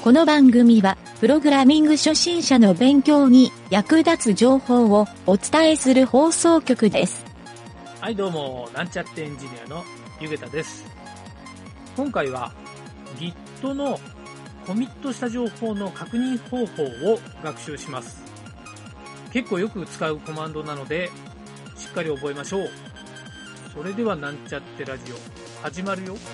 この番組は、プログラミング初心者の勉強に役立つ情報をお伝えする放送局です。 はい、どうも、なんちゃってエンジニアのゆげたです。今回は Git のコミットした情報の確認方法を学習します。結構よく使うコマンドなので、しっかり覚えましょう。それではなんちゃってラジオ、始まるよ。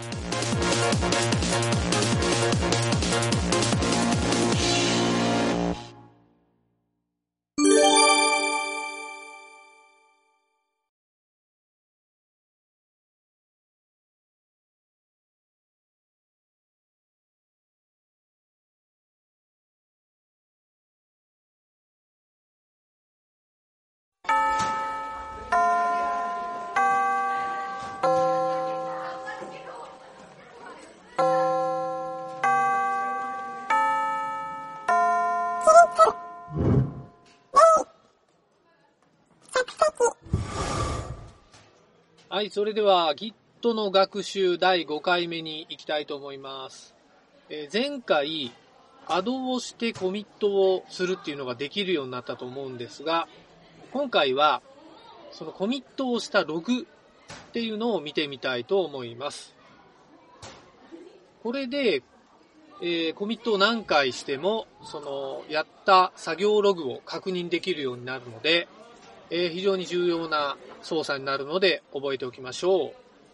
はい、それでは Git の学習第5回目に行きたいと思います。前回、アドをしてコミットをするっていうのができるようになったと思うんですが、今回はそのコミットをしたログっていうのを見てみたいと思います。これで、コミットを何回しても、そのやった作業ログを確認できるようになるので、非常に重要な操作になるので覚えておきましょう。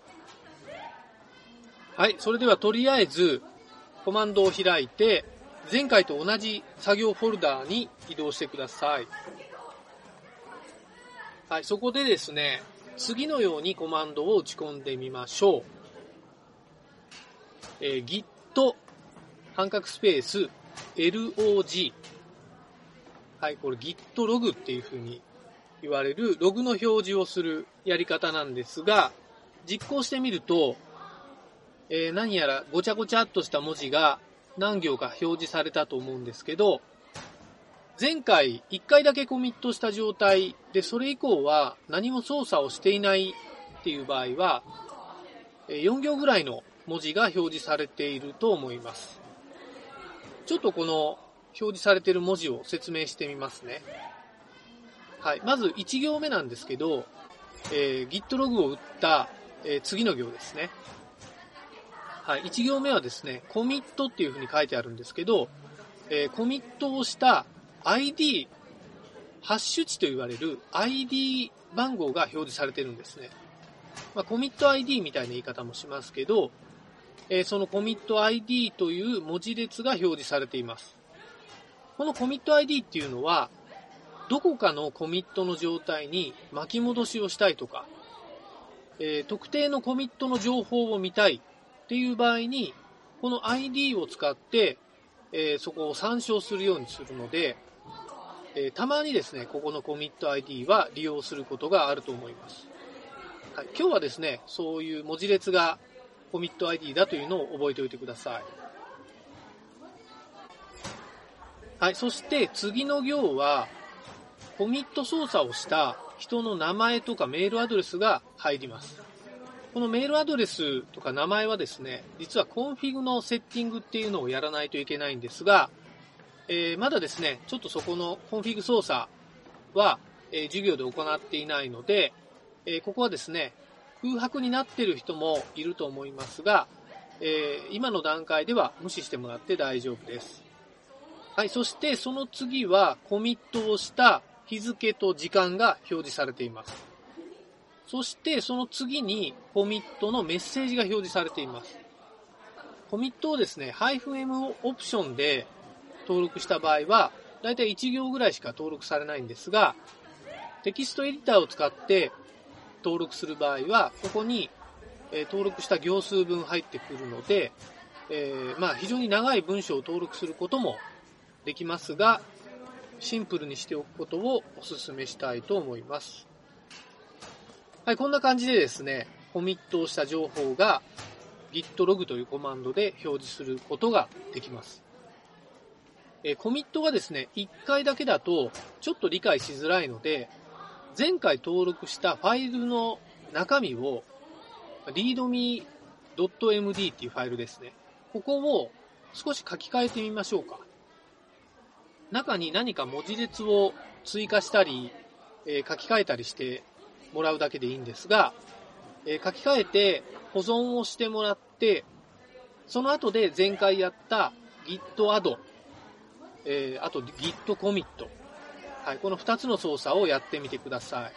はい、それではとりあえずコマンドを開いて前回と同じ作業フォルダーに移動してください。はい、そこでですね、次のようにコマンドを打ち込んでみましょう。Git 半角スペース log。はい、これ Git ログっていう風に言われるログの表示をするやり方なんですが、実行してみると、何やらごちゃごちゃっとした文字が何行か表示されたと思うんですけど、前回1回だけコミットした状態でそれ以降は何も操作をしていないっていう場合は、4行ぐらいの文字が表示されていると思います。ちょっとこの表示されている文字を説明してみますね。はい、まず1行目なんですけど、Git ログを打った、次の行ですね。はい、1行目はですね、コミットっていうふうに書いてあるんですけど、コミットをした ID、ハッシュ値と言われる ID 番号が表示されてるんですね。コミット ID みたいな言い方もしますけど、そのコミット ID という文字列が表示されています。このコミット ID っていうのは、どこかのコミットの状態に巻き戻しをしたいとか、特定のコミットの情報を見たいっていう場合に、この ID を使って、そこを参照するようにするので、たまにですね、ここのコミット ID は利用することがあると思います。はい、今日はですね、そういう文字列がコミット ID だというのを覚えておいてください。はい、そして次の行は、コミット操作をした人の名前とかメールアドレスが入ります。このメールアドレスとか名前はですね、実はコンフィグのセッティングっていうのをやらないといけないんですが、まだですね、ちょっとそこのコンフィグ操作は、授業で行っていないので、ここはですね、空白になっている人もいると思いますが、今の段階では無視してもらって大丈夫です。はい、そしてその次はコミットをした日付と時間が表示されています。そしてその次にコミットのメッセージが表示されています。コミットをですね、-m オプションで登録した場合は、だいたい1行ぐらいしか登録されないんですが、テキストエディターを使って登録する場合は、ここに登録した行数分入ってくるので、非常に長い文章を登録することもできますが、シンプルにしておくことをお勧めしたいと思います。はい、こんな感じでですね、コミットをした情報が Git ログというコマンドで表示することができます。コミットがですね、1回だけだとちょっと理解しづらいので、前回登録したファイルの中身を readme.md っていうファイルですね。ここを少し書き換えてみましょうか。中に何か文字列を追加したり、書き換えたりしてもらうだけでいいんですが、書き換えて保存をしてもらって、その後で前回やった Git add、あと Git commit、はい、この2つの操作をやってみてください。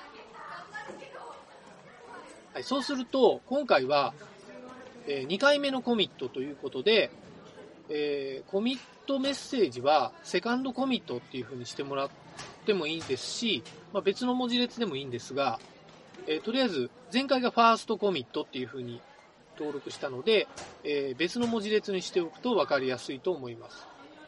はい、そうすると、今回は、2回目のコミットということで、コミットメッセージはセカンドコミットっていう風にしてもらってもいいですし、別の文字列でもいいんですが、とりあえず前回がファーストコミットっていう風に登録したので、別の文字列にしておくと分かりやすいと思います。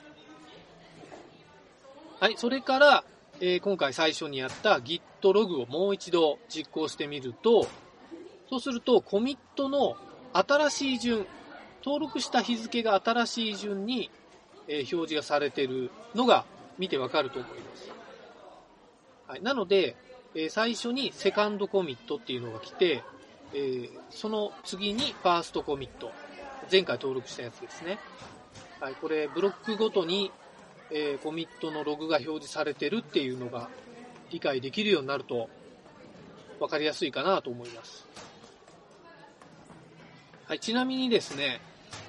はい、それから、今回最初にやった Git ログをもう一度実行してみると、そうするとコミットの新しい順、登録した日付が新しい順に、表示がされているのが見てわかると思います。はい、なので、最初にセカンドコミットっていうのが来て、その次にファーストコミット、前回登録したやつですね。はい、これブロックごとに、コミットのログが表示されてるっていうのが理解できるようになると分かりやすいかなと思います。はい、ちなみにですね、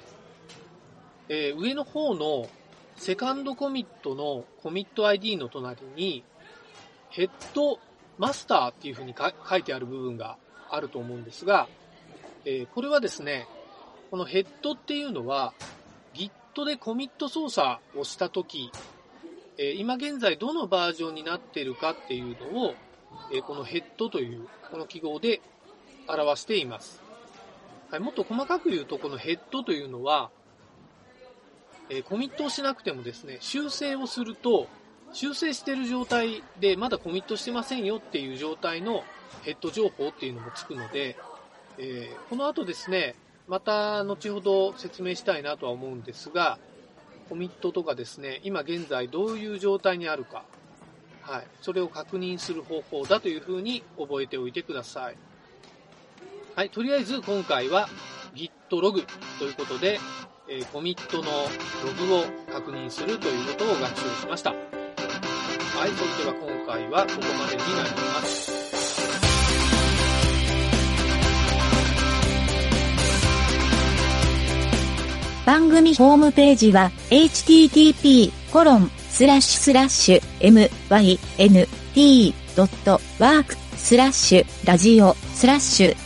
上の方のセカンドコミットのコミット ID の隣にヘッドマスターっていう風に書いてある部分があると思うんですが、これはですね、このヘッドっていうのは Git でコミット操作をしたとき、今現在どのバージョンになっているかっていうのを、このヘッドというこの記号で表しています。はい、もっと細かく言うと、このヘッドというのは、コミットをしなくてもですね、修正をすると、修正している状態でまだコミットしてませんよっていう状態のヘッド情報っていうのもつくので、この後ですね、また後ほど説明したいなとは思うんですが、コミットとかですね、今現在どういう状態にあるか、はい、それを確認する方法だというふうに覚えておいてください。はい、とりあえず今回は Git ログということで、コミットのログを確認するということを学習しました。はい、それでは今回はここまでになります。 番組ホームページは http://myn.t.work/radio/